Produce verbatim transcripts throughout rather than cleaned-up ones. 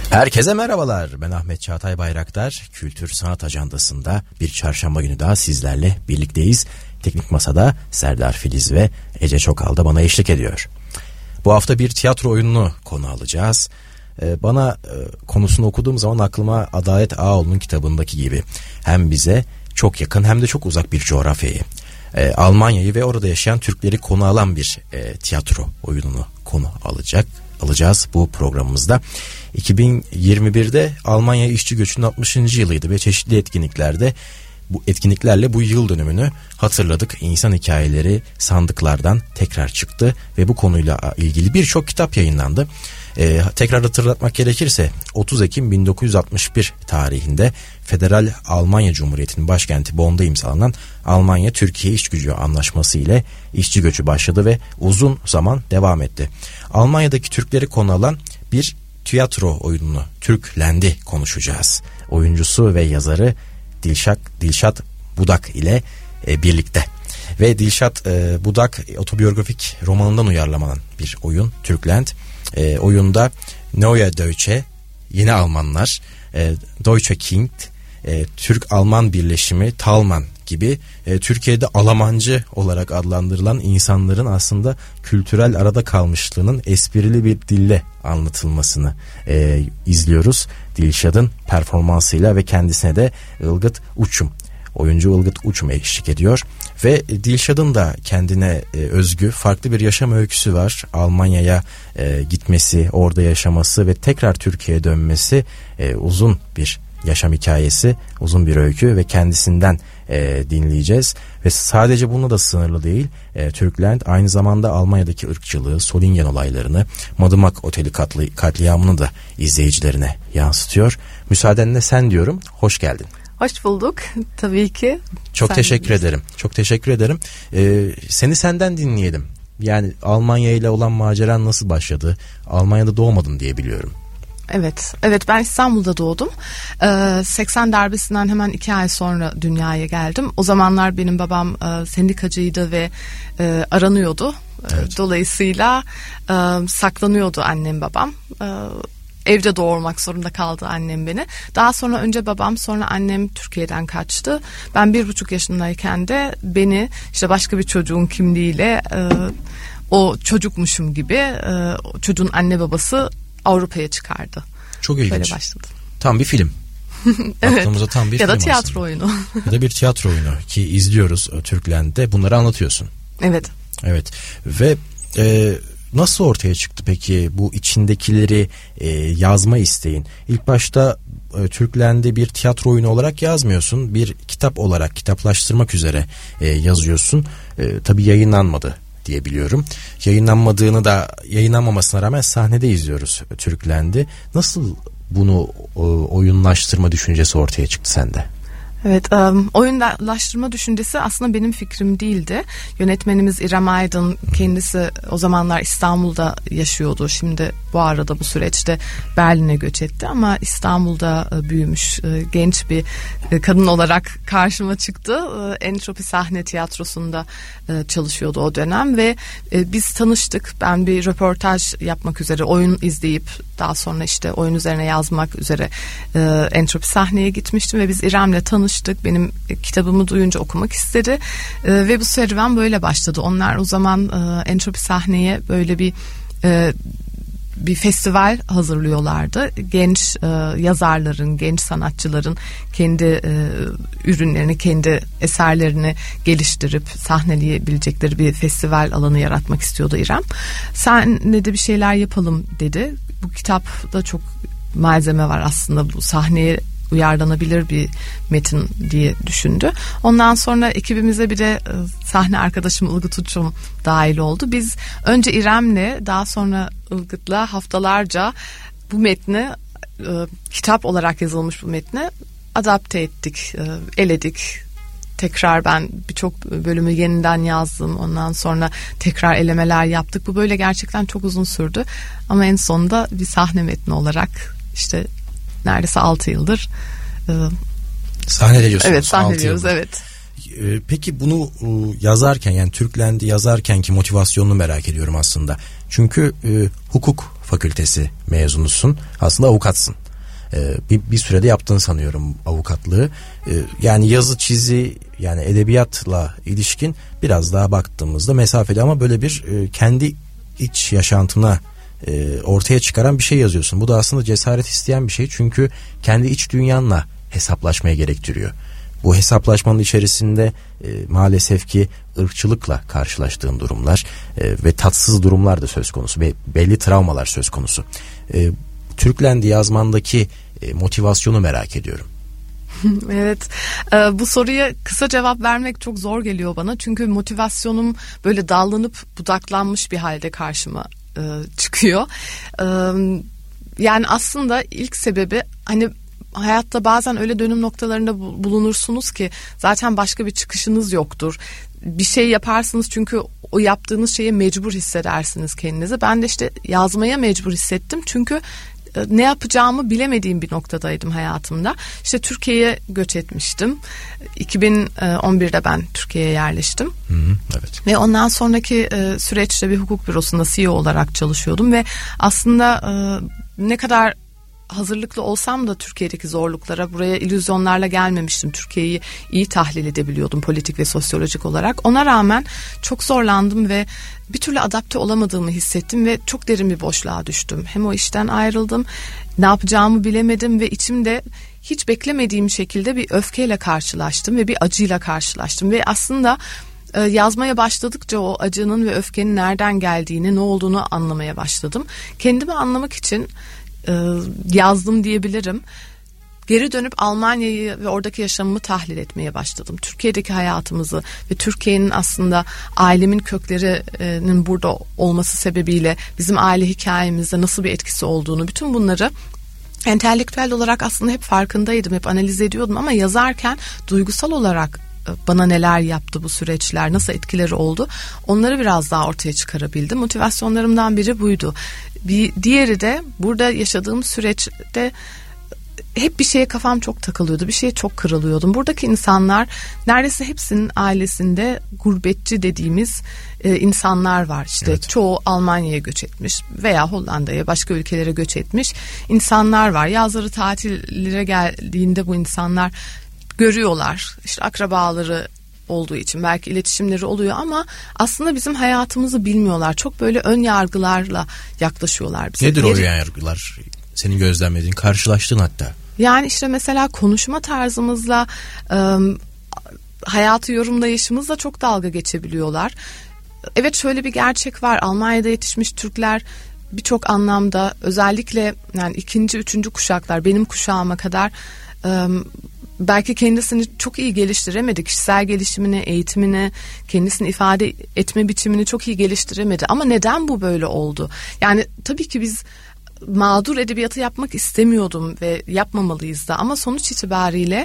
Herkese merhabalar. Ben Ahmet Çağatay Bayraktar. Kültür Sanat Ajandası'nda bir çarşamba günü daha sizlerle birlikteyiz. Teknik Masa'da Serdar Filiz ve Ece Çokal da bana eşlik ediyor. Bu hafta bir tiyatro oyununu konu alacağız. Ee, bana e, konusunu okuduğum zaman aklıma Adalet Ağaoğlu'nun kitabındaki gibi hem bize çok yakın hem de çok uzak bir coğrafyayı, e, Almanya'yı ve orada yaşayan Türkleri konu alan bir e, tiyatro oyununu konu alacak alacağız bu programımızda. iki bin yirmi birde Almanya işçi göçünün altmışıncı yılıydı ve çeşitli etkinliklerde bu etkinliklerle bu yıl dönümünü hatırladık. İnsan hikayeleri sandıklardan tekrar çıktı ve bu konuyla ilgili birçok kitap yayınlandı. Ee, tekrar hatırlatmak gerekirse otuz Ekim bin dokuz yüz altmış bir tarihinde Federal Almanya Cumhuriyeti'nin başkenti Bonn'da imzalanan Almanya-Türkiye İşgücü Anlaşması ile işçi göçü başladı ve uzun zaman devam etti. Almanya'daki Türkleri konu alan bir tiyatro oyununu, Türklendi konuşacağız. Oyuncusu ve yazarı Dilşat, Dilşat Budak ile e, birlikte. Ve Dilşat e, Budak otobiyografik romanından uyarlanan bir oyun, Türklend. E, oyunda Neue Deutsche, yeni Almanlar, e, Deutsche Kind, e, Türk-Alman birleşimi, Talman gibi e, Türkiye'de Almancı olarak adlandırılan insanların aslında kültürel arada kalmışlığının esprili bir dille anlatılmasını e, izliyoruz. Dilşat'ın performansıyla ve kendisine de Ilgıt Uçum, oyuncu Ilgıt Uçum eşlik ediyor. Ve Dilşat'ın da kendine e, özgü farklı bir yaşam öyküsü var. Almanya'ya e, gitmesi, orada yaşaması ve tekrar Türkiye'ye dönmesi e, uzun bir yaşam hikayesi, uzun bir öykü ve kendisinden e, dinleyeceğiz. Ve sadece bununla da sınırlı değil. E, Türkland aynı zamanda Almanya'daki ırkçılığı, Solingen olaylarını, Madımak Oteli katli, katliamını da izleyicilerine yansıtıyor. Müsaadenle sen diyorum, hoş geldin. Hoş bulduk tabii ki. Çok Sen teşekkür bilirsin. ederim. Çok teşekkür ederim. Ee, seni senden dinleyelim. Yani Almanya ile olan maceran nasıl başladı? Almanya'da doğmadın diye biliyorum. Evet, evet ben İstanbul'da doğdum. Ee, seksen darbesinden hemen iki ay sonra dünyaya geldim. O zamanlar benim babam e, sendikacıydı ve e, aranıyordu. Evet. Dolayısıyla e, saklanıyordu annem babam. E, Evde doğurmak zorunda kaldı annem beni. Daha sonra önce babam, sonra annem Türkiye'den kaçtı. Ben bir buçuk yaşındayken de beni işte başka bir çocuğun kimliğiyle e, o çocukmuşum gibi e, çocuğun anne babası Avrupa'ya çıkardı. Çok ilginç. Böyle başladı. Tam bir film. Evet. Aklımıza tam bir ya film da tiyatro aslında. oyunu. Ya da bir tiyatro oyunu ki izliyoruz Türkland'de. Bunları anlatıyorsun. Evet. Evet. Ve e, nasıl ortaya çıktı peki bu içindekileri e, yazma isteğin? İlk başta e, Türkland'i bir tiyatro oyunu olarak yazmıyorsun. Bir kitap olarak kitaplaştırmak üzere e, yazıyorsun. E, tabii yayınlanmadı diye biliyorum. Yayınlanmadığını da yayınlanmamasına rağmen sahnede izliyoruz Türkland'i. Nasıl bunu e, oyunlaştırma düşüncesi ortaya çıktı sende? Evet, um, oyunlaştırma düşüncesi aslında benim fikrim değildi. Yönetmenimiz İrem Aydın, kendisi o zamanlar İstanbul'da yaşıyordu. Şimdi bu arada bu süreçte Berlin'e göç etti ama İstanbul'da büyümüş genç bir kadın olarak karşıma çıktı. Entropi Sahne Tiyatrosu'nda çalışıyordu o dönem ve biz tanıştık. Ben bir röportaj yapmak üzere oyun izleyip daha sonra işte oyun üzerine yazmak üzere Entropi Sahne'ye gitmiştim ve biz İrem'le tanıştık. Benim kitabımı duyunca okumak istedi e, ve bu serüven böyle başladı. Onlar o zaman e, Entropi Sahne'ye böyle bir e, bir festival hazırlıyorlardı. Genç e, yazarların, genç sanatçıların kendi e, ürünlerini, kendi eserlerini geliştirip sahneleyebilecekleri bir festival alanı yaratmak istiyordu İrem. Senle de bir şeyler yapalım dedi. Bu kitapta çok malzeme var aslında, bu sahneye uyarlanabilir bir metin diye düşündü. Ondan sonra ekibimize bir de sahne arkadaşım Ilgıt Uçum dahil oldu. Biz önce İrem'le, daha sonra Ilgıt'la haftalarca bu metni, e, kitap olarak yazılmış bu metni adapte ettik, e, eledik. Tekrar ben birçok bölümü yeniden yazdım. Ondan sonra tekrar elemeler yaptık. Bu böyle gerçekten çok uzun sürdü. Ama en sonunda bir sahne metni olarak işte neredeyse altı yıldır e, sahneliyorsunuz. Evet, sahneliyoruz, evet. Peki bunu yazarken, yani Türkland'i yazarken ki motivasyonunu merak ediyorum aslında. Çünkü e, hukuk fakültesi mezunusun. Aslında avukatsın. Ee, bir, bir sürede yaptığını sanıyorum avukatlığı. Ee, yani yazı çizi yani edebiyatla ilişkin biraz daha baktığımızda mesafeli ama böyle bir e, kendi iç yaşantına e, ortaya çıkaran bir şey yazıyorsun. Bu da aslında cesaret isteyen bir şey çünkü kendi iç dünyanla hesaplaşmaya gerektiriyor. Bu hesaplaşmanın içerisinde e, maalesef ki ırkçılıkla karşılaştığın durumlar e, ve tatsız durumlar da söz konusu ve belli travmalar söz konusu. E, Türklendi yazmandaki e, motivasyonu merak ediyorum. Evet, e, bu soruya kısa cevap vermek çok zor geliyor bana çünkü motivasyonum böyle dallanıp budaklanmış bir halde karşıma e, çıkıyor. E, yani aslında ilk sebebi hani hayatta bazen öyle dönüm noktalarında bulunursunuz ki zaten başka bir çıkışınız yoktur. Bir şey yaparsınız çünkü o yaptığınız şeye mecbur hissedersiniz kendinizi. Ben de işte yazmaya mecbur hissettim çünkü ne yapacağımı bilemediğim bir noktadaydım hayatımda. İşte Türkiye'ye göç etmiştim. iki bin on birde ben Türkiye'ye yerleştim. Hı hı, evet. Ve ondan sonraki süreçte bir hukuk bürosunda C E O olarak çalışıyordum ve aslında ne kadar hazırlıklı olsam da Türkiye'deki zorluklara, buraya illüzyonlarla gelmemiştim. Türkiye'yi iyi tahlil edebiliyordum politik ve sosyolojik olarak. Ona rağmen çok zorlandım ve bir türlü adapte olamadığımı hissettim ve çok derin bir boşluğa düştüm. Hem o işten ayrıldım, ne yapacağımı bilemedim ve içimde hiç beklemediğim şekilde bir öfkeyle karşılaştım ve bir acıyla karşılaştım. Ve aslında yazmaya başladıkça o acının ve öfkenin nereden geldiğini, ne olduğunu anlamaya başladım. Kendimi anlamak için yazdım diyebilirim. Geri dönüp Almanya'yı ve oradaki yaşamımı tahlil etmeye başladım. Türkiye'deki hayatımızı ve Türkiye'nin aslında ailemin köklerinin burada olması sebebiyle bizim aile hikayemizde nasıl bir etkisi olduğunu, bütün bunları entelektüel olarak aslında hep farkındaydım, hep analiz ediyordum ama yazarken duygusal olarak bana neler yaptı bu süreçler, nasıl etkileri oldu, onları biraz daha ortaya çıkarabildim. Motivasyonlarımdan biri buydu. Bir diğeri de burada yaşadığım süreçte hep bir şeye kafam çok takılıyordu, bir şeye çok kırılıyordum. Buradaki insanlar neredeyse hepsinin ailesinde gurbetçi dediğimiz e, insanlar var. İşte evet. Çoğu Almanya'ya göç etmiş veya Hollanda'ya, başka ülkelere göç etmiş insanlar var. Yazları tatillere geldiğinde bu insanlar görüyorlar. İşte akrabaları olduğu için belki iletişimleri oluyor ama aslında bizim hayatımızı bilmiyorlar. Çok böyle ön yargılarla yaklaşıyorlar bize. Nedir o ön yargılar? Senin gözlemlediğin, karşılaştığın hatta. Yani işte mesela konuşma tarzımızla, ıı, hayatı yorumlayışımızla çok dalga geçebiliyorlar. Evet, şöyle bir gerçek var. Almanya'da yetişmiş Türkler birçok anlamda, özellikle yani ikinci, üçüncü kuşaklar, benim kuşağıma kadar ıı, belki kendisini çok iyi geliştiremedi. Kişisel gelişimini, eğitimini, kendisini ifade etme biçimini çok iyi geliştiremedi. Ama neden bu böyle oldu? Yani tabii ki biz mağdur edebiyatı yapmak istemiyordum ve yapmamalıyız da. Ama sonuç itibariyle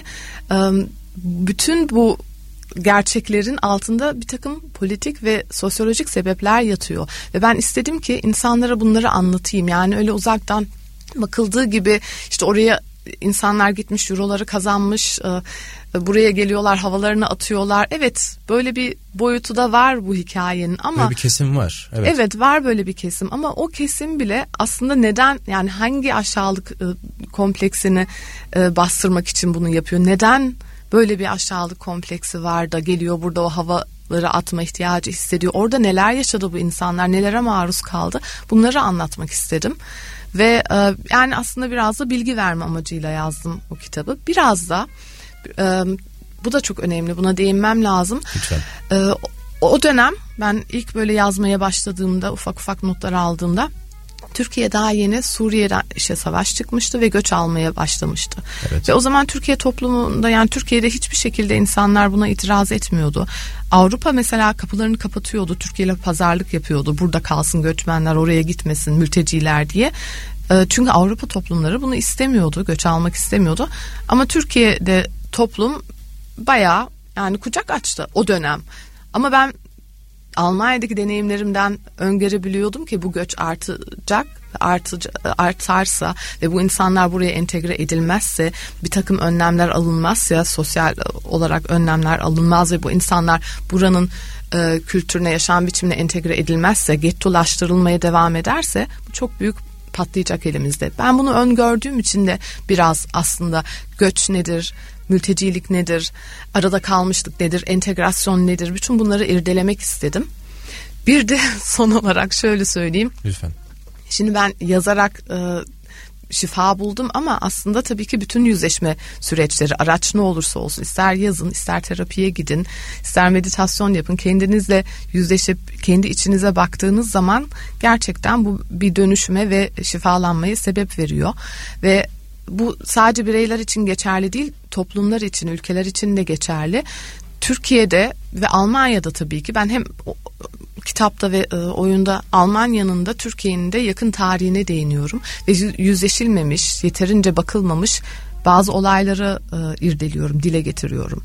bütün bu gerçeklerin altında bir takım politik ve sosyolojik sebepler yatıyor. Ve ben istedim ki insanlara bunları anlatayım. Yani öyle uzaktan bakıldığı gibi işte oraya insanlar gitmiş, euroları kazanmış, buraya geliyorlar, havalarını atıyorlar. Evet, böyle bir boyutu da var bu hikayenin ama böyle bir kesim var. Evet. Evet, var böyle bir kesim ama o kesim bile aslında neden, yani hangi aşağılık kompleksini bastırmak için bunu yapıyor? Neden böyle bir aşağılık kompleksi var da geliyor burada o havaları atma ihtiyacı hissediyor? Orada neler yaşadı bu insanlar, nelere maruz kaldı? Bunları anlatmak istedim. Ve e, yani aslında biraz da bilgi verme amacıyla yazdım o kitabı. Biraz da e, bu da çok önemli, buna değinmem lazım. Lütfen. E, o, o dönem ben ilk böyle yazmaya başladığımda, ufak ufak notlar aldığımda Türkiye daha yeni Suriye'den işte savaş çıkmıştı ve göç almaya başlamıştı. Evet. Ve o zaman Türkiye toplumunda, yani Türkiye'de hiçbir şekilde insanlar buna itiraz etmiyordu. Avrupa mesela kapılarını kapatıyordu. Türkiye ile pazarlık yapıyordu. Burada kalsın göçmenler, oraya gitmesin mülteciler diye. Çünkü Avrupa toplumları bunu istemiyordu. Göç almak istemiyordu. Ama Türkiye'de toplum bayağı yani kucak açtı o dönem. Ama ben Almanya'daki deneyimlerimden öngörebiliyordum ki bu göç artacak, artıca, artarsa ve bu insanlar buraya entegre edilmezse, bir takım önlemler alınmazsa, sosyal olarak önlemler alınmaz ve bu insanlar buranın e, kültürüne, yaşam biçimine entegre edilmezse, gettolaştırılmaya devam ederse bu çok büyük patlayacak elimizde. Ben bunu öngördüğüm için de biraz aslında göç nedir, mültecilik nedir, arada kalmışlık nedir, entegrasyon nedir, bütün bunları irdelemek istedim. Bir de son olarak şöyle söyleyeyim. Lütfen. Şimdi ben yazarak e, şifa buldum ama aslında tabii ki bütün yüzleşme süreçleri, araç ne olursa olsun, ister yazın, ister terapiye gidin, ister meditasyon yapın, kendinizle yüzleşip kendi içinize baktığınız zaman gerçekten bu bir dönüşüme ve şifalanmaya sebep veriyor. Ve bu sadece bireyler için geçerli değil, toplumlar için, ülkeler için de geçerli. Türkiye'de ve Almanya'da tabii ki ben hem kitapta ve e, oyunda Almanya'nın da Türkiye'nin de yakın tarihine değiniyorum ve yüzleşilmemiş, yeterince bakılmamış bazı olayları e, irdeliyorum, dile getiriyorum.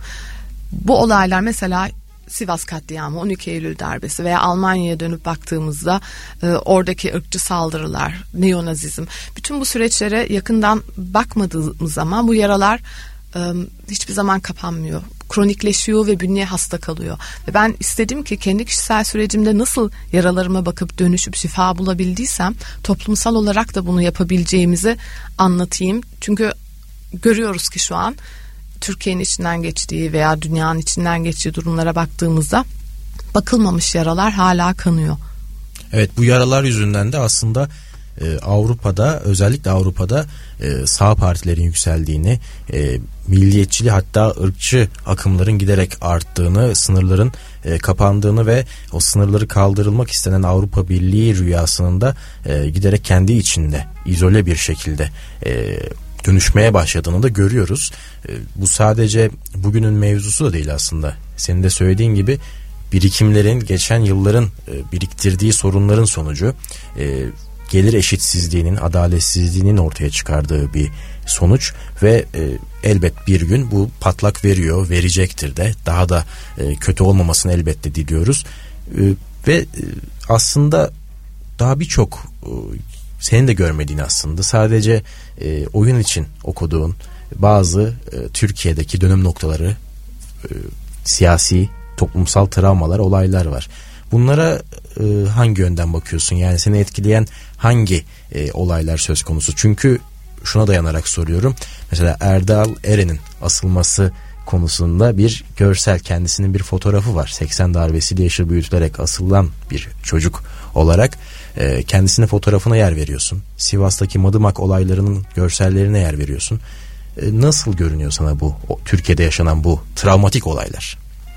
Bu olaylar mesela Sivas katliamı, on iki Eylül darbesi veya Almanya'ya dönüp baktığımızda e, oradaki ırkçı saldırılar, neonazizm, bütün bu süreçlere yakından bakmadığımız zaman bu yaralar e, hiçbir zaman kapanmıyor. Kronikleşiyor ve bünye hasta kalıyor. Ve ben istedim ki kendi kişisel sürecimde nasıl yaralarıma bakıp dönüşüp şifa bulabildiysem toplumsal olarak da bunu yapabileceğimizi anlatayım. Çünkü görüyoruz ki şu an Türkiye'nin içinden geçtiği veya dünyanın içinden geçtiği durumlara baktığımızda bakılmamış yaralar hala kanıyor. Evet, bu yaralar yüzünden de aslında e, Avrupa'da, özellikle Avrupa'da e, sağ partilerin yükseldiğini, e, milliyetçiliği hatta ırkçı akımların giderek arttığını, sınırların e, kapandığını ve o sınırları kaldırılmak istenen Avrupa Birliği rüyasının da e, giderek kendi içinde izole bir şekilde e, dönüşmeye başladığını da görüyoruz. E, bu sadece bugünün mevzusu da değil aslında. Senin de söylediğin gibi birikimlerin, geçen yılların e, biriktirdiği sorunların sonucu, e, gelir eşitsizliğinin, adaletsizliğinin ortaya çıkardığı bir sonuç ve e, elbet bir gün bu patlak veriyor, verecektir de, daha da e, kötü olmamasını elbette diliyoruz. E, ve e, aslında daha birçok e, senin de görmediğin, aslında sadece e, oyun için okuduğun bazı e, Türkiye'deki dönüm noktaları, e, siyasi, toplumsal travmalar, olaylar var. Bunlara e, hangi yönden bakıyorsun? Yani seni etkileyen hangi e, olaylar söz konusu? Çünkü şuna dayanarak soruyorum. Mesela Erdal Eren'in asılması konusunda bir görsel, kendisinin bir fotoğrafı var. seksen darbesiyle yaşı büyütülerek asılan bir çocuk olarak e, kendisine fotoğrafına yer veriyorsun. Sivas'taki Madımak olaylarının görsellerine yer veriyorsun. E, nasıl görünüyor sana bu, o, Türkiye'de yaşanan bu travmatik olaylar?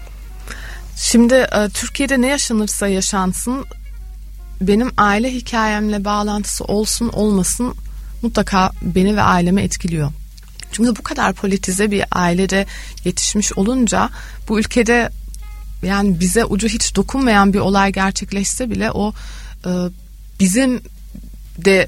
Şimdi e, Türkiye'de ne yaşanırsa yaşansın, benim aile hikayemle bağlantısı olsun olmasın mutlaka beni ve ailemi etkiliyor. Çünkü bu kadar politize bir ailede yetişmiş olunca bu ülkede yani bize ucu hiç dokunmayan bir olay gerçekleşse bile o e, bizim de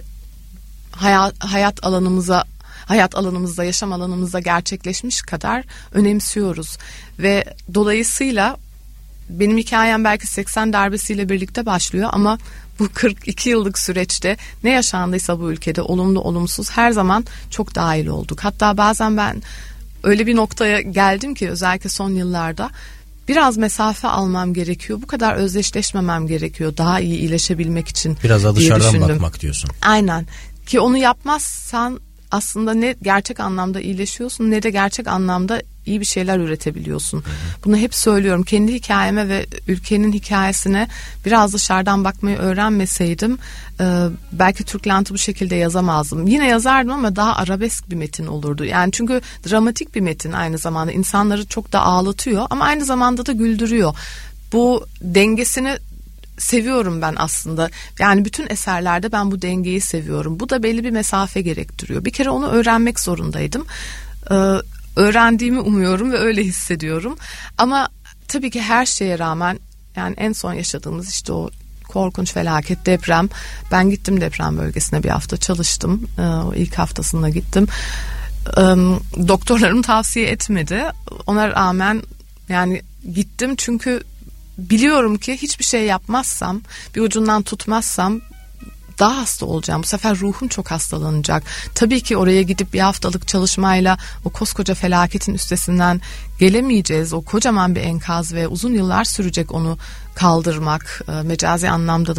hayat, hayat alanımıza hayat alanımızda, yaşam alanımızda gerçekleşmiş kadar önemsiyoruz ve dolayısıyla benim hikayem belki seksen darbesiyle birlikte başlıyor ama bu kırk iki yıllık süreçte ne yaşandıysa bu ülkede, olumlu olumsuz, her zaman çok dahil olduk. Hatta bazen ben öyle bir noktaya geldim ki özellikle son yıllarda biraz mesafe almam gerekiyor. Bu kadar özdeşleşmemem gerekiyor daha iyi iyileşebilmek için. Biraz da dışarıdan düşündüm. bakmak diyorsun. Aynen. Ki onu yapmazsan aslında ne gerçek anlamda iyileşiyorsun ne de gerçek anlamda iyi bir şeyler üretebiliyorsun. Hı hı. Bunu hep söylüyorum. Kendi hikayeme ve ülkenin hikayesine biraz dışarıdan bakmayı öğrenmeseydim e, belki Türklant'ı bu şekilde yazamazdım. Yine yazardım ama daha arabesk bir metin olurdu. Yani çünkü dramatik bir metin aynı zamanda. İnsanları çok da ağlatıyor ama aynı zamanda da güldürüyor. Bu dengesini seviyorum ben aslında. Yani bütün eserlerde ben bu dengeyi seviyorum. Bu da belli bir mesafe gerektiriyor. Bir kere onu öğrenmek zorundaydım. Ee, öğrendiğimi umuyorum ve öyle hissediyorum. Ama tabii ki her şeye rağmen yani en son yaşadığımız işte o korkunç felaket, deprem. Ben gittim deprem bölgesine bir hafta çalıştım. Ee, o ilk haftasında gittim. Ee, doktorlarım tavsiye etmedi. Ona rağmen yani gittim çünkü biliyorum ki hiçbir şey yapmazsam, bir ucundan tutmazsam daha hasta olacağım. Bu sefer ruhum çok hastalanacak. Tabii ki oraya gidip bir haftalık çalışmayla o koskoca felaketin üstesinden gelemeyeceğiz. O kocaman bir enkaz ve uzun yıllar sürecek onu kaldırmak. Mecazi anlamda da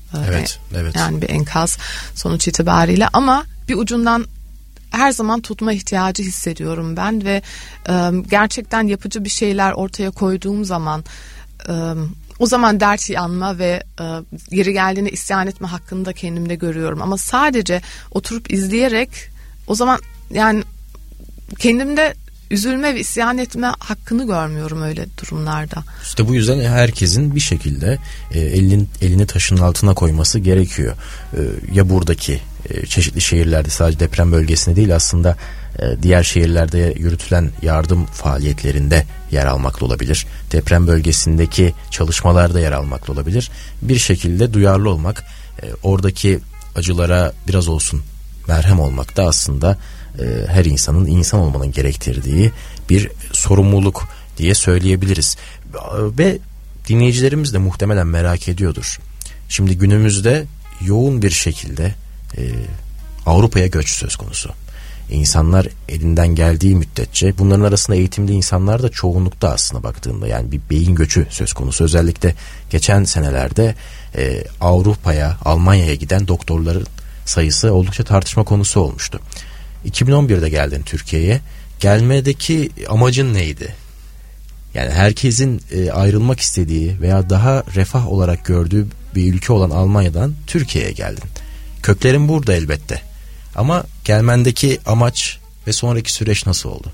Evet, evet. Yani bir enkaz sonuç itibariyle, ama bir ucundan her zaman tutma ihtiyacı hissediyorum ben ve e, gerçekten yapıcı bir şeyler ortaya koyduğum zaman e, o zaman dert yanma ve e, yeri geldiğinde isyan etme hakkını da kendimde görüyorum. Ama sadece oturup izleyerek o zaman yani kendimde üzülme ve isyan etme hakkını görmüyorum öyle durumlarda. İşte bu yüzden herkesin bir şekilde e, elin, elini taşın altına koyması gerekiyor. E, ya buradaki e, çeşitli şehirlerde, sadece deprem bölgesinde değil, aslında e, diğer şehirlerde yürütülen yardım faaliyetlerinde yer almakta olabilir. Deprem bölgesindeki çalışmalarda yer almakta olabilir. Bir şekilde duyarlı olmak, e, oradaki acılara biraz olsun merhem olmak da aslında her insanın insan olmanın gerektirdiği bir sorumluluk diye söyleyebiliriz. Ve dinleyicilerimiz de muhtemelen merak ediyordur. Şimdi günümüzde yoğun bir şekilde e, Avrupa'ya göç söz konusu. İnsanlar elinden geldiği müddetçe, bunların arasında eğitimli insanlar da çoğunlukta aslında baktığında, yani bir beyin göçü söz konusu. Özellikle geçen senelerde e, Avrupa'ya, Almanya'ya giden doktorların sayısı oldukça tartışma konusu olmuştu. iki bin on birde geldin Türkiye'ye. Gelmedeki amacın neydi? Yani herkesin e, ayrılmak istediği veya daha refah olarak gördüğü bir ülke olan Almanya'dan Türkiye'ye geldin. Köklerin burada elbette. Ama gelmendeki amaç ve sonraki süreç nasıl oldu?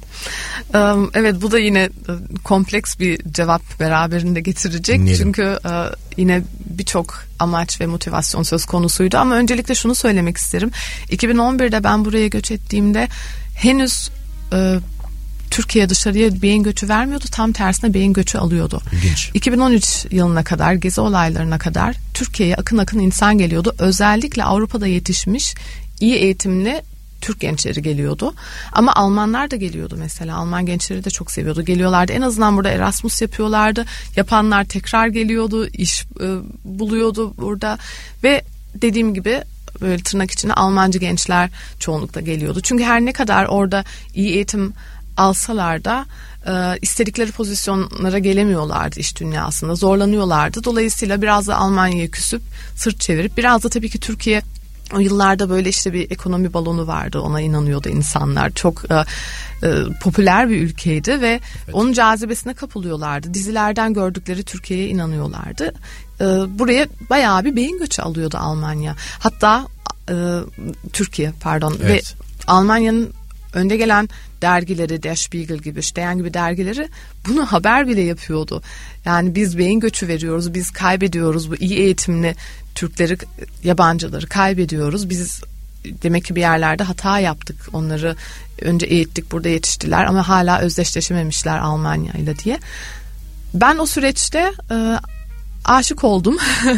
Evet, bu da yine kompleks bir cevap beraberinde getirecek. Dinleyelim. Çünkü yine birçok amaç ve motivasyon söz konusuydu. Ama öncelikle şunu söylemek isterim. iki bin on birde ben buraya göç ettiğimde henüz e, Türkiye dışarıya beyin göçü vermiyordu. Tam tersine beyin göçü alıyordu. İlginç. iki bin on üç yılına kadar, gezi olaylarına kadar Türkiye'ye akın akın insan geliyordu. Özellikle Avrupa'da yetişmiş iyi eğitimli Türk gençleri geliyordu. Ama Almanlar da geliyordu mesela. Alman gençleri de çok seviyordu. Geliyorlardı. En azından burada Erasmus yapıyorlardı. Yapanlar tekrar geliyordu. İş e, buluyordu burada. Ve dediğim gibi böyle tırnak içinde Almancı gençler çoğunlukla geliyordu. Çünkü her ne kadar orada iyi eğitim alsalar da e, istedikleri pozisyonlara gelemiyorlardı iş dünyasında. Zorlanıyorlardı. Dolayısıyla biraz da Almanya'ya küsüp sırt çevirip, biraz da tabii ki Türkiye o yıllarda böyle işte bir ekonomi balonu vardı, ona inanıyordu insanlar. Çok e, e, popüler bir ülkeydi ve evet, onun cazibesine kapılıyorlardı. Dizilerden gördükleri Türkiye'ye inanıyorlardı. E, buraya bayağı bir beyin göçü alıyordu Almanya. Hatta e, Türkiye pardon evet. Ve Almanya'nın önde gelen dergileri, Der Spiegel gibi, Stern gibi dergileri bunu haber bile yapıyordu. Yani biz beyin göçü veriyoruz, biz kaybediyoruz bu iyi eğitimli Türkleri, yabancıları kaybediyoruz. Biz demek ki bir yerlerde hata yaptık. Onları önce eğittik, burada yetiştiler ama hala özdeşleşememişler Almanya ile diye. Ben o süreçte e, aşık oldum.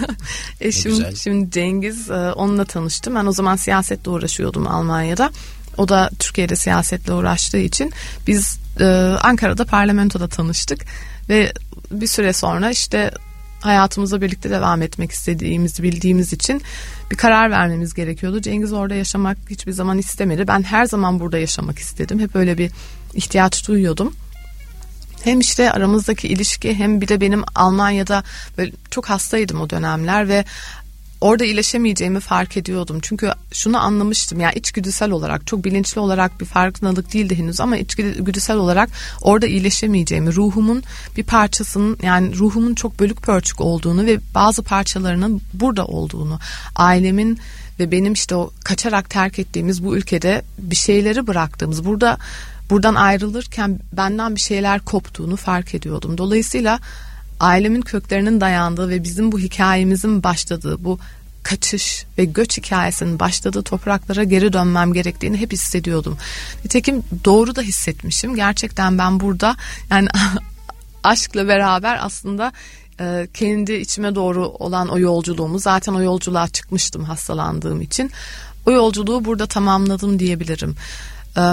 Eşim şimdi Cengiz, e, onunla tanıştım. Ben o zaman siyasetle uğraşıyordum Almanya'da. O da Türkiye'de siyasetle uğraştığı için biz e, Ankara'da parlamentoda tanıştık ve bir süre sonra işte hayatımıza birlikte devam etmek istediğimizi bildiğimiz için bir karar vermemiz gerekiyordu. Cengiz orada yaşamak hiçbir zaman istemedi. Ben her zaman burada yaşamak istedim. Hep öyle bir ihtiyaç duyuyordum. Hem işte aramızdaki ilişki, hem bir de benim Almanya'da böyle çok hastaydım o dönemler ve orada iyileşemeyeceğimi fark ediyordum. Çünkü şunu anlamıştım, yani içgüdüsel olarak, çok bilinçli olarak bir farkındalık değildi henüz ama içgüdüsel olarak orada iyileşemeyeceğimi, ruhumun bir parçasının, yani ruhumun çok bölük pörçük olduğunu ve bazı parçalarının burada olduğunu, ailemin ve benim işte o kaçarak terk ettiğimiz bu ülkede bir şeyleri bıraktığımız, burada buradan ayrılırken benden bir şeyler koptuğunu fark ediyordum. Dolayısıyla ailemin köklerinin dayandığı ve bizim bu hikayemizin başladığı, bu kaçış ve göç hikayesinin başladığı topraklara geri dönmem gerektiğini hep hissediyordum. Nitekim doğru da hissetmişim. Gerçekten ben burada yani aşkla beraber aslında e, kendi içime doğru olan o yolculuğumu, zaten o yolculuğa çıkmıştım hastalandığım için. O yolculuğu burada tamamladım diyebilirim. E,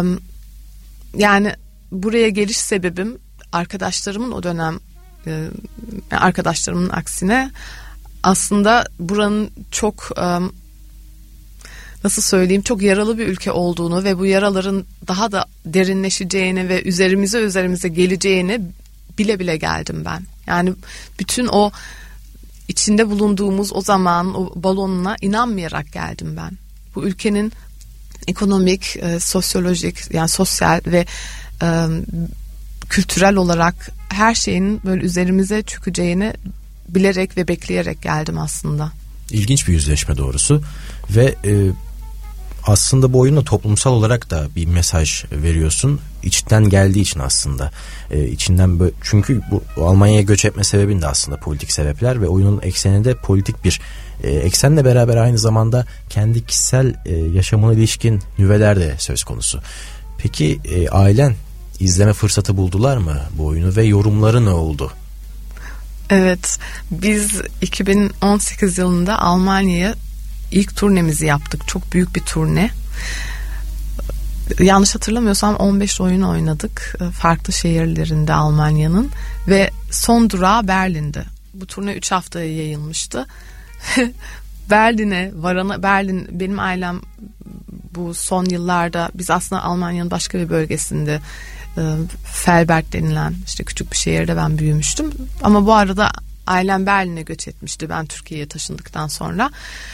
yani buraya geliş sebebim arkadaşlarımın o dönem arkadaşlarımın aksine aslında buranın çok nasıl söyleyeyim çok yaralı bir ülke olduğunu ve bu yaraların daha da derinleşeceğini ve üzerimize üzerimize geleceğini bile bile geldim ben. Yani bütün o içinde bulunduğumuz o zaman o balonuna inanmayarak geldim ben. Bu ülkenin ekonomik, e, sosyolojik, yani sosyal ve e, kültürel olarak her şeyin böyle üzerimize çökeceğini bilerek ve bekleyerek geldim aslında. İlginç bir yüzleşme doğrusu ve e, aslında bu oyunla toplumsal olarak da bir mesaj veriyorsun. İçten geldiği için aslında. E, içinden böyle, çünkü bu Almanya'ya göç etme sebebin de aslında politik sebepler ve oyunun ekseninde politik bir e, eksenle beraber aynı zamanda kendi kişisel e, yaşamına ilişkin nüveler de söz konusu. Peki e, ailen izleme fırsatı buldular mı bu oyunu ve yorumları ne oldu? Evet, biz iki bin on sekiz yılında Almanya'ya ilk turnemizi yaptık. Çok büyük bir turne. Yanlış hatırlamıyorsam on beş oyun oynadık. Farklı şehirlerinde Almanya'nın ve son durağı Berlin'di. Bu turne üç haftaya yayılmıştı. Berlin'e varana, Berlin, benim ailem bu son yıllarda, biz aslında Almanya'nın başka bir bölgesinde, Felbert denilen işte küçük bir şehirde ben büyümüştüm. Ama bu arada ailem Berlin'e göç etmişti ben Türkiye'ye taşındıktan sonra.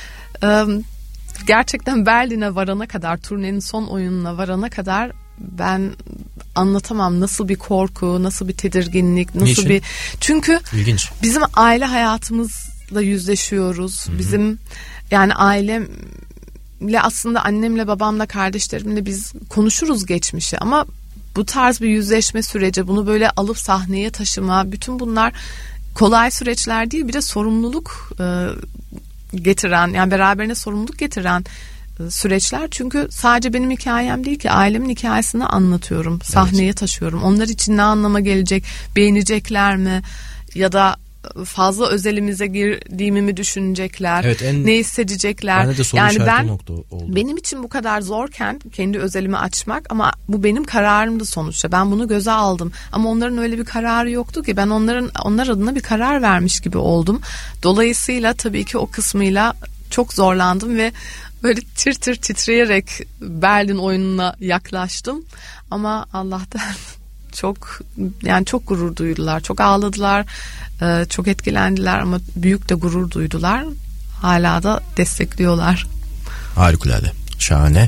Gerçekten Berlin'e varana kadar, turnenin son oyununa varana kadar ben anlatamam nasıl bir korku, nasıl bir tedirginlik, nasıl Niçin? bir... Çünkü İlginç. Bizim aile hayatımızla yüzleşiyoruz. Hı-hı. Bizim yani ailemle, aslında annemle, babamla, kardeşlerimle biz konuşuruz geçmişi ama bu tarz bir yüzleşme süreci, bunu böyle alıp sahneye taşıma, bütün bunlar kolay süreçler değil. Bir de sorumluluk e, getiren, yani beraberine sorumluluk getiren e, süreçler. Çünkü sadece benim hikayem değil ki, ailemin hikayesini anlatıyorum, sahneye evet. taşıyorum. Onlar için ne anlama gelecek, beğenecekler mi ya da fazla özelimize girdiğimi mi düşünecekler, evet, en, ne hissedecekler. Yani ben benim için bu kadar zorken kendi özelimi açmak, ama bu benim kararımdı sonuçta. Ben bunu göze aldım. Ama onların öyle bir kararı yoktu ki, ben onların onlar adına bir karar vermiş gibi oldum. Dolayısıyla tabii ki o kısmıyla çok zorlandım ve böyle tir tir titreyerek Berlin oyununa yaklaştım. Ama Allah'tan çok, yani çok gurur duydular, çok ağladılar, çok etkilendiler ama büyük de gurur duydular. Hala da destekliyorlar. Harikulade, şahane.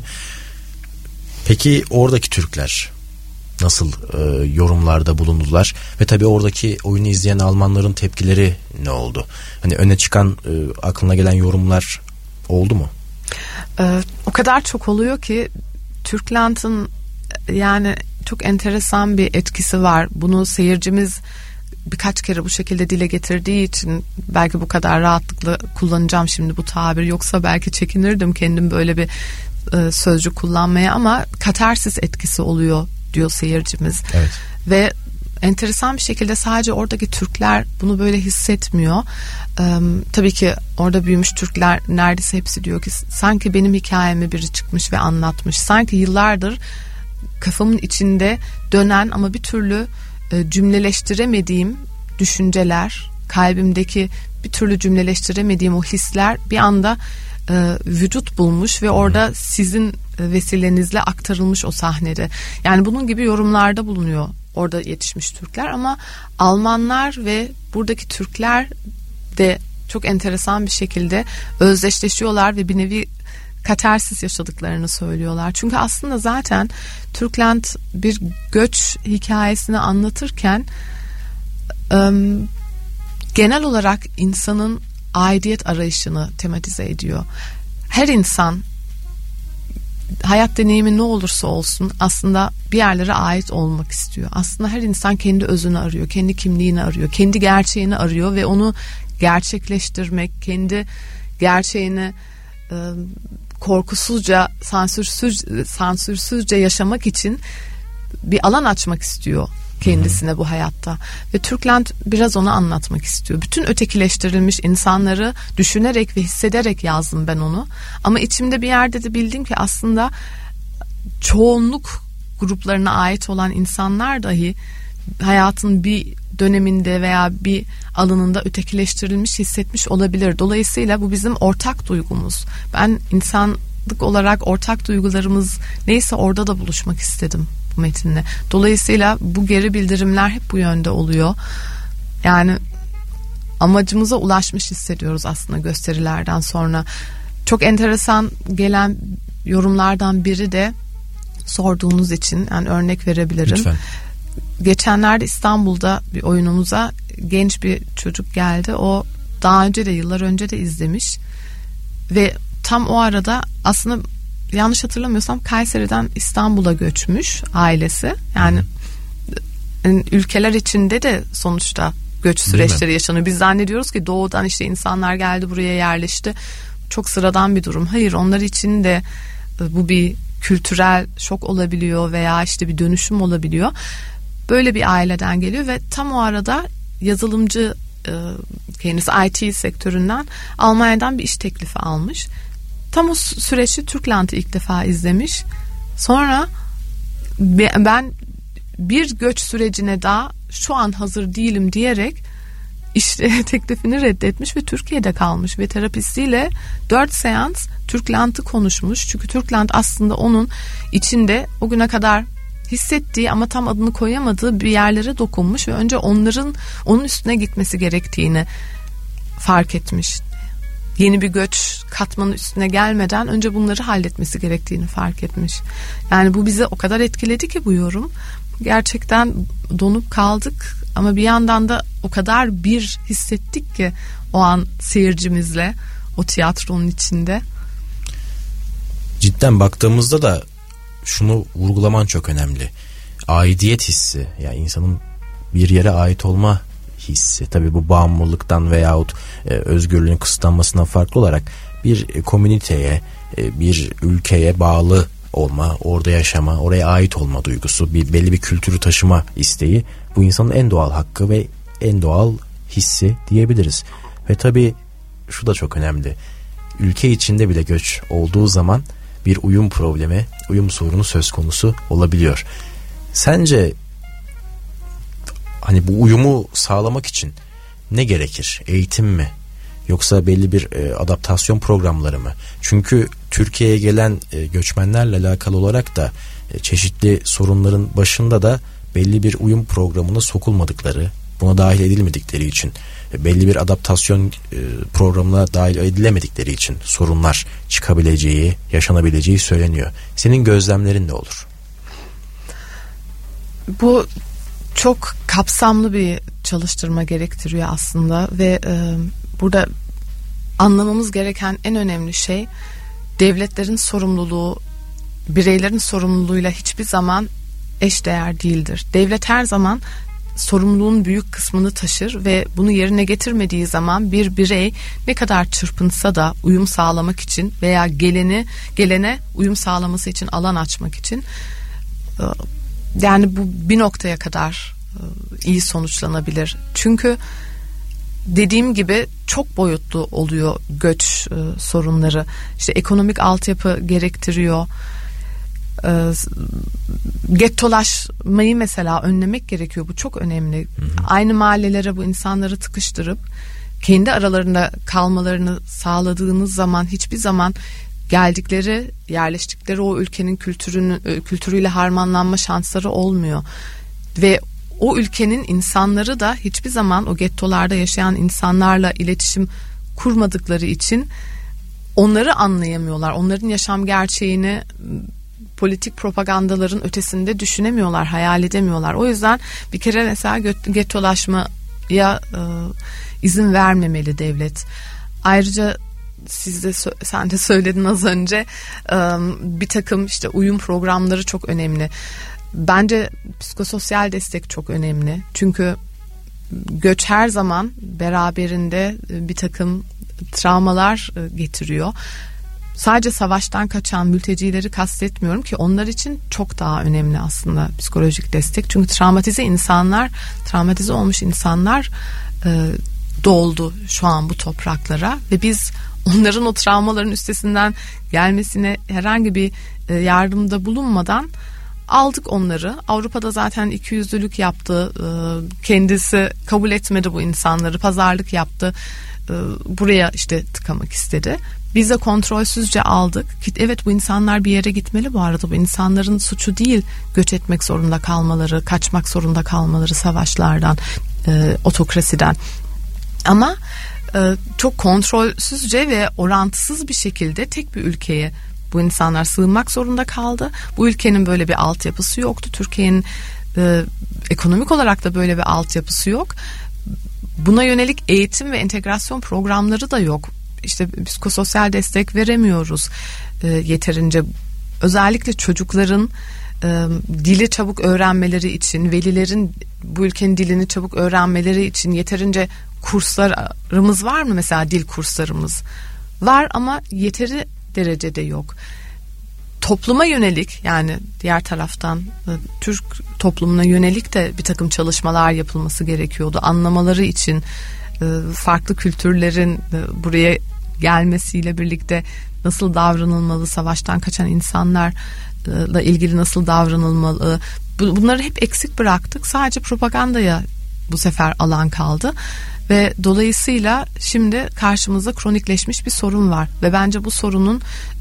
Peki oradaki Türkler nasıl e, yorumlarda bulundular ve tabii oradaki oyunu izleyen Almanların tepkileri ne oldu? Hani öne çıkan, e, aklına gelen yorumlar oldu mu? E, o kadar çok oluyor ki Türkland'ın yani çok enteresan bir etkisi var. Bunu seyircimiz birkaç kere bu şekilde dile getirdiği için belki bu kadar rahatlıkla kullanacağım şimdi bu tabiri. Yoksa belki çekinirdim kendim böyle bir e, sözcük kullanmaya, ama katarsis etkisi oluyor diyor seyircimiz. Evet. Ve enteresan bir şekilde sadece oradaki Türkler bunu böyle hissetmiyor. Ee, tabii ki orada büyümüş Türkler neredeyse hepsi diyor ki sanki benim hikayeme biri çıkmış ve anlatmış. Sanki yıllardır kafamın içinde dönen ama bir türlü e, cümleleştiremediğim düşünceler, kalbimdeki bir türlü cümleleştiremediğim o hisler bir anda e, vücut bulmuş ve orada sizin vesilenizle aktarılmış o sahnede. Yani bunun gibi yorumlarda bulunuyor orada yetişmiş Türkler, ama Almanlar ve buradaki Türkler de çok enteresan bir şekilde özdeşleşiyorlar ve bir nevi katarsis yaşadıklarını söylüyorlar. Çünkü aslında zaten Türkland bir göç hikayesini anlatırken ım, genel olarak insanın aidiyet arayışını tematize ediyor. Her insan hayat deneyimi ne olursa olsun aslında bir yerlere ait olmak istiyor. Aslında her insan kendi özünü arıyor, kendi kimliğini arıyor, kendi gerçeğini arıyor ve onu gerçekleştirmek, kendi gerçeğini e, korkusuzca, sansürsüz, sansürsüzce yaşamak için bir alan açmak istiyor kendisine hmm. bu hayatta. Ve Türkland biraz onu anlatmak istiyor. Bütün ötekileştirilmiş insanları düşünerek ve hissederek yazdım ben onu. Ama içimde bir yerde de bildim ki aslında çoğunluk gruplarına ait olan insanlar dahi hayatın bir döneminde veya bir alanında ötekileştirilmiş hissetmiş olabilir. Dolayısıyla bu bizim ortak duygumuz. Ben insanlık olarak ortak duygularımız neyse orada da buluşmak istedim bu metinle. Dolayısıyla bu geri bildirimler hep bu yönde oluyor. Yani amacımıza ulaşmış hissediyoruz aslında gösterilerden sonra. Çok enteresan gelen yorumlardan biri de sorduğunuz için, yani örnek verebilirim. Lütfen. Geçenlerde İstanbul'da bir oyunumuza genç bir çocuk geldi. O daha önce de, yıllar önce de izlemiş ve tam o arada, aslında yanlış hatırlamıyorsam Kayseri'den İstanbul'a göçmüş ailesi. Yani Hı. ülkeler içinde de sonuçta göç süreçleri yaşanıyor. Biz zannediyoruz ki doğudan işte insanlar geldi buraya yerleşti. Çok sıradan bir durum. Hayır, onlar için de bu bir kültürel şok olabiliyor veya işte bir dönüşüm olabiliyor. Böyle bir aileden geliyor ve tam o arada yazılımcı, kendisi I T sektöründen, Almanya'dan bir iş teklifi almış. Tam o süreçte Türkland'ı ilk defa izlemiş. Sonra ben bir göç sürecine daha şu an hazır değilim diyerek işte teklifini reddetmiş ve Türkiye'de kalmış ve terapistiyle dört seans Türkland'ı konuşmuş. Çünkü Türkland aslında onun içinde o güne kadar hissettiği ama tam adını koyamadığı bir yerlere dokunmuş ve önce onların onun üstüne gitmesi gerektiğini fark etmiş. Yeni bir göç katmanı üstüne gelmeden önce bunları halletmesi gerektiğini fark etmiş. Yani bu bizi o kadar etkiledi ki bu yorum. Gerçekten donup kaldık ama bir yandan da o kadar bir hissettik ki o an seyircimizle o tiyatronun içinde. Cidden baktığımızda da şunu vurgulaman çok önemli. Aidiyet hissi, yani insanın bir yere ait olma hissi. Tabii bu bağımlılıktan veyahut e, özgürlüğün kısıtlanmasından farklı olarak bir komüniteye, e, bir ülkeye bağlı olma, orada yaşama, oraya ait olma duygusu, bir belli bir kültürü taşıma isteği, bu insanın en doğal hakkı ve en doğal hissi diyebiliriz. Ve tabii şu da çok önemli. Ülke içinde bile göç olduğu zaman bir uyum problemi, uyum sorunu söz konusu olabiliyor. Sence hani bu uyumu sağlamak için ne gerekir? Eğitim mi? Yoksa belli bir e, adaptasyon programları mı? Çünkü Türkiye'ye gelen e, göçmenlerle alakalı olarak da e, çeşitli sorunların başında da belli bir uyum programına sokulmadıkları, buna dahil edilmedikleri için, e, belli bir adaptasyon e, programına dahil edilemedikleri için sorunlar çıkabileceği, yaşanabileceği söyleniyor. Senin gözlemlerin ne olur? Bu çok kapsamlı bir çalıştırma gerektiriyor aslında ve e, burada anlamamız gereken en önemli şey, devletlerin sorumluluğu bireylerin sorumluluğuyla hiçbir zaman eşdeğer değildir. Devlet her zaman sorumluluğun büyük kısmını taşır ve bunu yerine getirmediği zaman bir birey ne kadar çırpınsa da uyum sağlamak için veya geleni gelene uyum sağlaması için alan açmak için, yani bu bir noktaya kadar iyi sonuçlanabilir. Çünkü dediğim gibi çok boyutlu oluyor göç e, sorunları. İşte ekonomik altyapı gerektiriyor. E, gettolaşmayı mesela önlemek gerekiyor. Bu çok önemli. Hı hı. Aynı mahallelere bu insanları tıkıştırıp kendi aralarında kalmalarını sağladığınız zaman hiçbir zaman geldikleri, yerleştikleri o ülkenin kültürünü, kültürüyle harmanlanma şansları olmuyor. Ve o ülkenin insanları da hiçbir zaman o gettolarda yaşayan insanlarla iletişim kurmadıkları için onları anlayamıyorlar. Onların yaşam gerçeğini politik propagandaların ötesinde düşünemiyorlar, hayal edemiyorlar. O yüzden bir kere mesela gettolaşmaya e, izin vermemeli devlet. Ayrıca siz de, sen de söyledin az önce, e, bir takım işte uyum programları çok önemli. Bence psikososyal destek çok önemli. Çünkü göç her zaman beraberinde bir takım travmalar getiriyor. Sadece savaştan kaçan mültecileri kastetmiyorum ki onlar için çok daha önemli aslında psikolojik destek. Çünkü travmatize insanlar, travmatize olmuş insanlar e, doldu şu an bu topraklara ve biz onların o travmaların üstesinden gelmesine herhangi bir e, yardımda bulunmadan aldık onları. Avrupa'da zaten ikiyüzlülük yaptı. Kendisi kabul etmedi bu insanları. Pazarlık yaptı. Buraya işte tıkamak istedi. Biz de kontrolsüzce aldık. Evet, bu insanlar bir yere gitmeli bu arada. Bu insanların suçu değil göç etmek zorunda kalmaları, kaçmak zorunda kalmaları savaşlardan, otokrasiden. Ama e, çok kontrolsüzce ve orantısız bir şekilde tek bir ülkeye bu insanlar sığınmak zorunda kaldı. Bu ülkenin böyle bir altyapısı yoktu. Türkiye'nin e, ekonomik olarak da böyle bir altyapısı yok. Buna yönelik eğitim ve entegrasyon programları da yok. İşte psikososyal destek veremiyoruz e, yeterince. Özellikle çocukların e, dili çabuk öğrenmeleri için, velilerin bu ülkenin dilini çabuk öğrenmeleri için yeterince kurslarımız var mı? Mesela dil kurslarımız var ama yeteri derecede yok. Topluma yönelik, yani diğer taraftan e, Türk toplumuna yönelik de bir takım çalışmalar yapılması gerekiyordu. Anlamaları için e, farklı kültürlerin e, buraya gelmesiyle birlikte nasıl davranılmalı, savaştan kaçan insanlarla ilgili nasıl davranılmalı, bunları hep eksik bıraktık. Sadece propagandaya bu sefer alan kaldı ve dolayısıyla şimdi karşımızda kronikleşmiş bir sorun var ve bence bu sorunun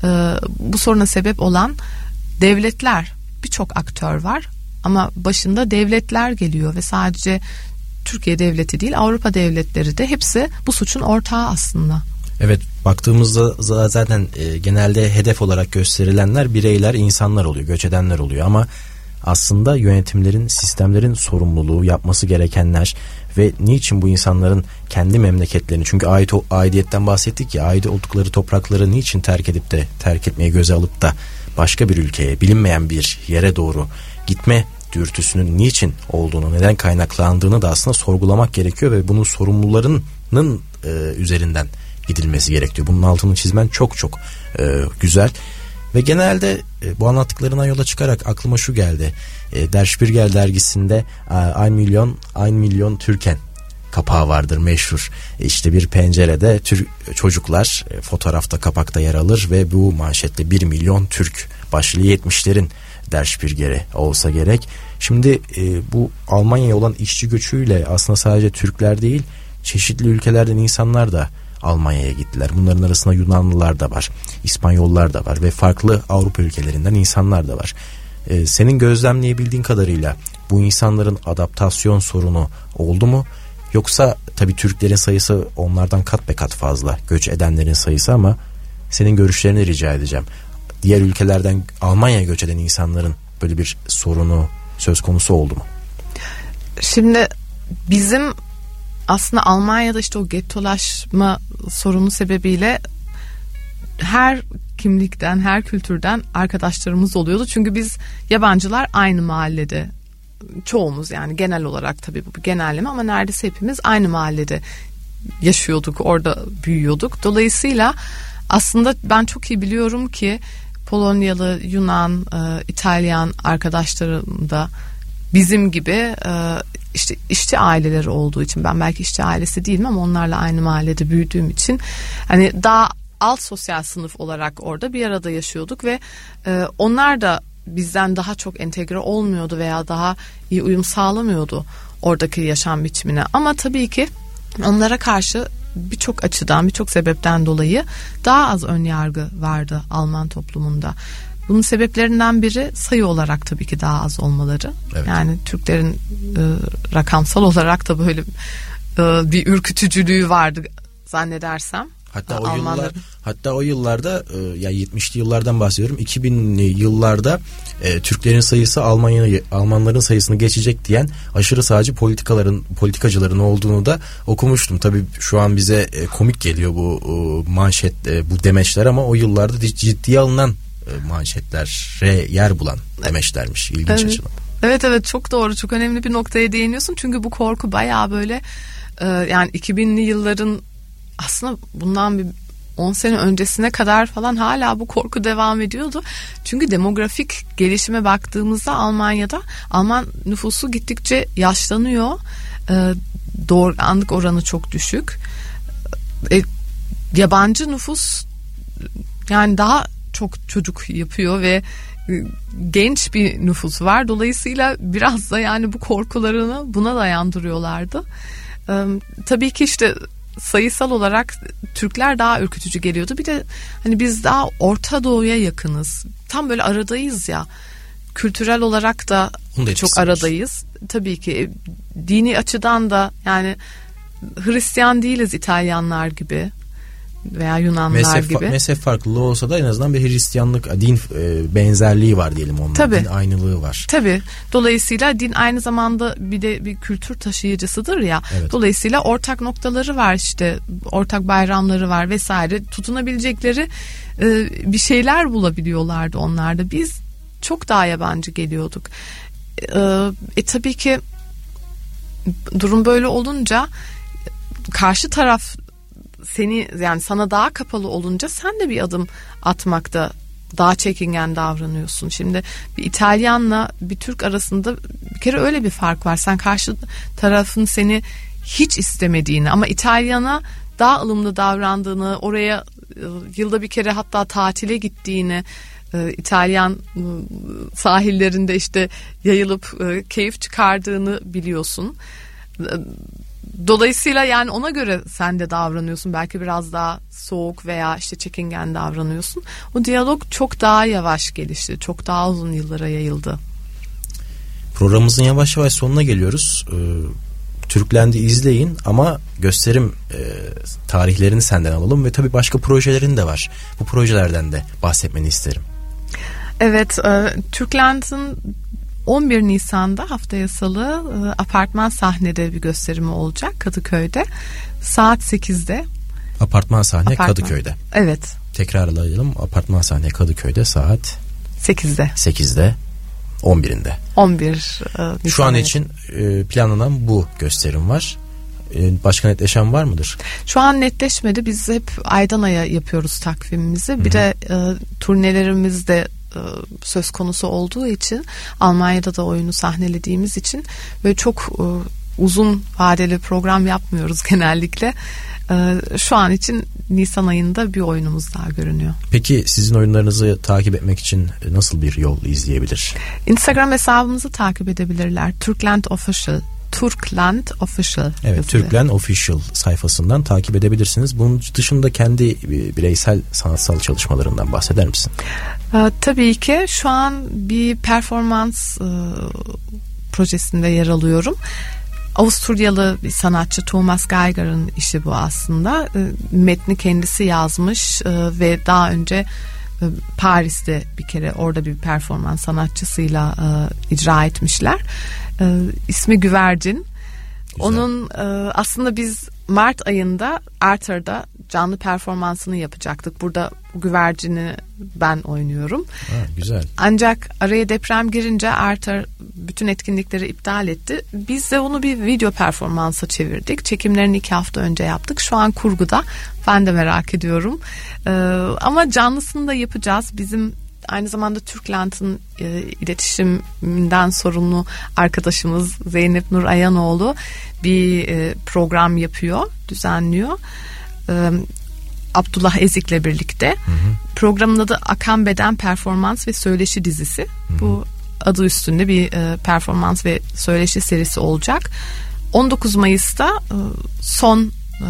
bu soruna sebep olan devletler, birçok aktör var ama başında devletler geliyor ve sadece Türkiye devleti değil, Avrupa devletleri de hepsi bu suçun ortağı aslında. Evet, baktığımızda zaten e, genelde hedef olarak gösterilenler bireyler, insanlar oluyor, göç edenler oluyor ama aslında yönetimlerin, sistemlerin sorumluluğu, yapması gerekenler ve niçin bu insanların kendi memleketlerini, çünkü ait aidiyetten bahsettik ya, ait oldukları toprakları niçin terk edip de terk etmeye göze alıp da başka bir ülkeye, bilinmeyen bir yere doğru gitme dürtüsünün niçin olduğunu, neden kaynaklandığını da aslında sorgulamak gerekiyor ve bunun sorumlularının e, üzerinden gidilmesi gerekiyor. Bunun altını çizmen çok çok e, güzel. Ve genelde e, bu anlattıklarından yola çıkarak aklıma şu geldi. E, Der Spiegel dergisinde Ein Milyon, Ein Milyon Türken kapağı vardır meşhur. E, işte bir pencerede Türk çocuklar e, fotoğrafta, kapakta yer alır ve bu manşette bir milyon Türk başlığı yetmişlerin Der Spiegel'i olsa gerek. Şimdi e, bu Almanya'ya olan işçi göçüyle aslında sadece Türkler değil, çeşitli ülkelerden insanlar da Almanya'ya gittiler. Bunların arasında Yunanlılar da var, İspanyollar da var ve farklı Avrupa ülkelerinden insanlar da var. Ee, senin gözlemleyebildiğin kadarıyla bu insanların adaptasyon sorunu oldu mu? Yoksa tabii Türklerin sayısı onlardan kat be kat fazla, göç edenlerin sayısı, ama senin görüşlerini rica edeceğim. Diğer ülkelerden Almanya'ya göç eden insanların böyle bir sorunu söz konusu oldu mu? Şimdi bizim aslında Almanya'da işte o gettolaşma sorunu sebebiyle her kimlikten, her kültürden arkadaşlarımız oluyordu. Çünkü biz yabancılar aynı mahallede, çoğumuz, yani genel olarak tabii bu bir genelleme ama neredeyse hepimiz aynı mahallede yaşıyorduk, orada büyüyorduk. Dolayısıyla aslında ben çok iyi biliyorum ki Polonyalı, Yunan, İtalyan arkadaşlarım da bizim gibi işte işçi aileleri olduğu için, ben belki işçi ailesi değilim ama onlarla aynı mahallede büyüdüğüm için hani daha alt sosyal sınıf olarak orada bir arada yaşıyorduk ve e, onlar da bizden daha çok entegre olmuyordu veya daha iyi uyum sağlamıyordu oradaki yaşam biçimine. Ama tabii ki onlara karşı birçok açıdan, birçok sebepten dolayı daha az önyargı vardı Alman toplumunda. Bunun sebeplerinden biri sayı olarak tabii ki daha az olmaları. Evet. Yani Türklerin e, rakamsal olarak da böyle e, bir ürkütücülüğü vardı zannedersem. Hatta o yıllar, hatta o yıllarda e, ya yetmişli yıllardan bahsediyorum. iki binli yıllarda e, Türklerin sayısı Almanya Almanların sayısını geçecek diyen aşırı sağcı politikaların politikacıların olduğunu da okumuştum. Tabii şu an bize e, komik geliyor bu e, manşet, e, bu demeçler ama o yıllarda ciddiye alınan e, manşetlere yer bulan demeçlermiş. İlginç evet. açıdan. Evet evet, çok doğru, çok önemli bir noktaya değiniyorsun. Çünkü bu korku bayağı böyle e, yani iki binli yılların aslında bundan bir on sene öncesine kadar falan hala bu korku devam ediyordu. Çünkü demografik gelişime baktığımızda Almanya'da Alman nüfusu gittikçe yaşlanıyor. E, doğurganlık oranı çok düşük. E, yabancı nüfus yani daha çok çocuk yapıyor ve genç bir nüfus var. Dolayısıyla biraz da yani bu korkularını buna dayandırıyorlardı. E, tabii ki işte sayısal olarak Türkler daha ürkütücü geliyordu. Bir de hani biz daha Orta Doğu'ya yakınız. Tam böyle aradayız ya. Kültürel olarak da çok aradayız. Tabii ki dini açıdan da yani Hristiyan değiliz İtalyanlar gibi veya Yunanlar mezhep, gibi. Mezhep farklılığı olsa da en azından bir Hristiyanlık, din e, benzerliği var diyelim onunla. Tabii. Din aynılığı var. Tabii. Dolayısıyla din aynı zamanda bir de bir kültür taşıyıcısıdır ya. Evet. Dolayısıyla ortak noktaları var, işte ortak bayramları var vesaire. Tutunabilecekleri e, bir şeyler bulabiliyorlardı onlarda. Biz çok daha yabancı geliyorduk. E, e tabii ki durum böyle olunca karşı taraf seni, yani sana daha kapalı olunca sen de bir adım atmakta daha çekingen davranıyorsun. Şimdi bir İtalyanla bir Türk arasında bir kere öyle bir fark var. Sen karşı tarafın seni hiç istemediğini ama İtalyana daha ılımlı davrandığını, oraya yılda bir kere hatta tatile gittiğini, İtalyan sahillerinde işte yayılıp keyif çıkardığını biliyorsun. Dolayısıyla yani ona göre sen de davranıyorsun. Belki biraz daha soğuk veya işte çekingen davranıyorsun. O diyalog çok daha yavaş gelişti. Çok daha uzun yıllara yayıldı. Programımızın yavaş yavaş sonuna geliyoruz. Ee, Türklendi izleyin ama gösterim e, tarihlerini senden alalım ve tabii başka projelerin de var. Bu projelerden de bahsetmeni isterim. Evet, e, Türkland'ın on bir Nisan'da haftaya Salı e, apartman sahnede bir gösterimi olacak Kadıköy'de. Saat sekizde. Apartman sahne apartman. Kadıköy'de. Evet. Tekrarlayalım. Apartman sahne Kadıköy'de saat sekizde. sekizde. on birinde. on bir e, Şu an için e, planlanan bu gösterim var. E, başka netleşen var mıdır? Şu an netleşmedi. Biz hep aydan aya yapıyoruz takvimimizi. Hı-hı. Bir de e, turnelerimiz de söz konusu olduğu için, Almanya'da da oyunu sahnelediğimiz için böyle çok e, uzun vadeli program yapmıyoruz genellikle. E, şu an için Nisan ayında bir oyunumuz daha görünüyor. Peki sizin oyunlarınızı takip etmek için nasıl bir yol izleyebilir? Instagram hesabımızı takip edebilirler. Turkland Official. Turkland Official. Evet, yazılı. Turkland Official sayfasından takip edebilirsiniz. Bunun dışında kendi bireysel sanatsal çalışmalarından bahseder misin? Ee, tabii ki şu an bir performans e, projesinde yer alıyorum. Avusturyalı bir sanatçı Thomas Geiger'ın işi bu aslında. E, metni kendisi yazmış e, ve daha önce e, Paris'te bir kere orada bir performans sanatçısıyla e, icra etmişler. E, ismi Güvercin. Güzel. Onun e, aslında biz Mart ayında Arthur'da canlı performansını yapacaktık. Burada Güvercin'i ben oynuyorum. Ha, güzel. Ancak araya deprem girince Arthur bütün etkinlikleri iptal etti. Biz de onu bir video performansa çevirdik. Çekimlerini iki hafta önce yaptık. Şu an kurguda. Ben de merak ediyorum. Ee, ama canlısını da yapacağız. Bizim aynı zamanda Türkland'ın e, iletişiminden sorumlu arkadaşımız Zeynep Nur Ayanoğlu bir e, program yapıyor, düzenliyor. E, Abdullah Ezik'le birlikte. Hı hı. Programın adı Akan Beden Performans ve Söyleşi dizisi. Hı hı. Bu adı üstünde bir e, performans ve söyleşi serisi olacak. on dokuz Mayıs'ta e, son e,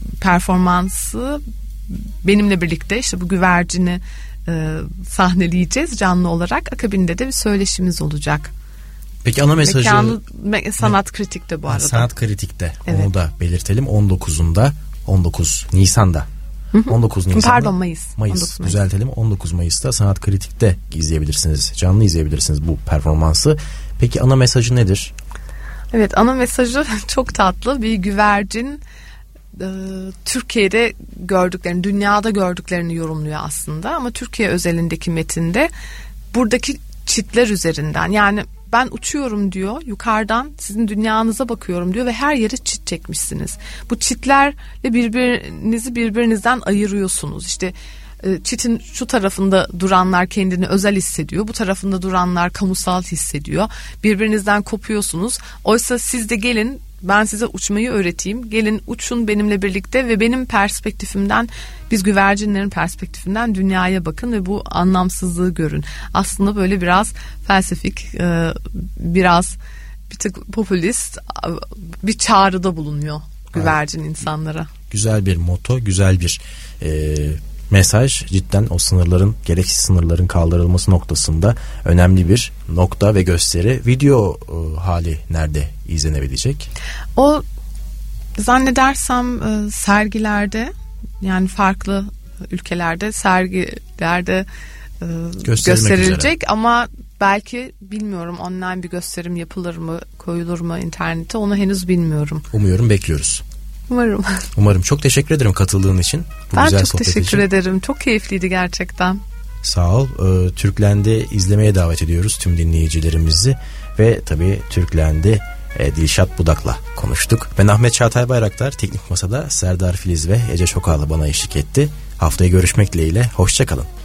performansı benimle birlikte işte bu güvercini e, sahneleyeceğiz canlı olarak. Akabinde de bir söyleşimiz olacak. Peki ana mesajı... Mekanı, me, sanat kritikte bu arada. Sanat kritikte. Evet. Onu da belirtelim. on dokuzunda on dokuz Nisan'da. on dokuz Nisan'da. Pardon Mayıs. Mayıs. on dokuz Mayıs. Düzeltelim. on dokuz Mayıs'ta Sanat Kritik'te izleyebilirsiniz. Canlı izleyebilirsiniz bu performansı. Peki ana mesajı nedir? Evet, ana mesajı çok tatlı. Bir güvercin e, Türkiye'de gördüklerini, dünyada gördüklerini yorumluyor aslında. Ama Türkiye özelindeki metinde buradaki çitler üzerinden, yani ben uçuyorum diyor, yukarıdan sizin dünyanıza bakıyorum diyor ve her yere çit çekmişsiniz. Bu çitlerle birbirinizi birbirinizden ayırıyorsunuz. İşte çitin şu tarafında duranlar kendini özel hissediyor, bu tarafında duranlar kamusal hissediyor. Birbirinizden kopuyorsunuz. Oysa siz de gelin, ben size uçmayı öğreteyim. Gelin uçun benimle birlikte ve benim perspektifimden, biz güvercinlerin perspektifinden dünyaya bakın ve bu anlamsızlığı görün. Aslında böyle biraz felsefik, biraz bir tık popülist bir çağrıda bulunuyor güvercin evet. insanlara. Güzel bir motto, güzel bir e, mesaj. Cidden o sınırların, gereksiz sınırların kaldırılması noktasında önemli bir nokta ve gösteri. Video e, hali nerede izlenebilecek? O Zannedersem e, sergilerde, yani farklı ülkelerde sergilerde e, gösterilecek üzere. Ama belki bilmiyorum, online bir gösterim yapılır mı, koyulur mu internete, onu henüz bilmiyorum. Umuyorum, bekliyoruz. Umarım. Umarım. Çok teşekkür ederim katıldığın için. Bu ben güzel çok sohbet teşekkür için. ederim. Çok keyifliydi gerçekten. Sağ ol. Ee, Türklendi izlemeye davet ediyoruz tüm dinleyicilerimizi ve tabii Türklendi e, Dilşat Budak'la konuştuk. Ben Ahmet Çağatay Bayraktar, Teknik Masa'da Serdar Filiz ve Ece Çokağlı bana eşlik etti. Haftaya görüşmek dileğiyle. Hoşça kalın.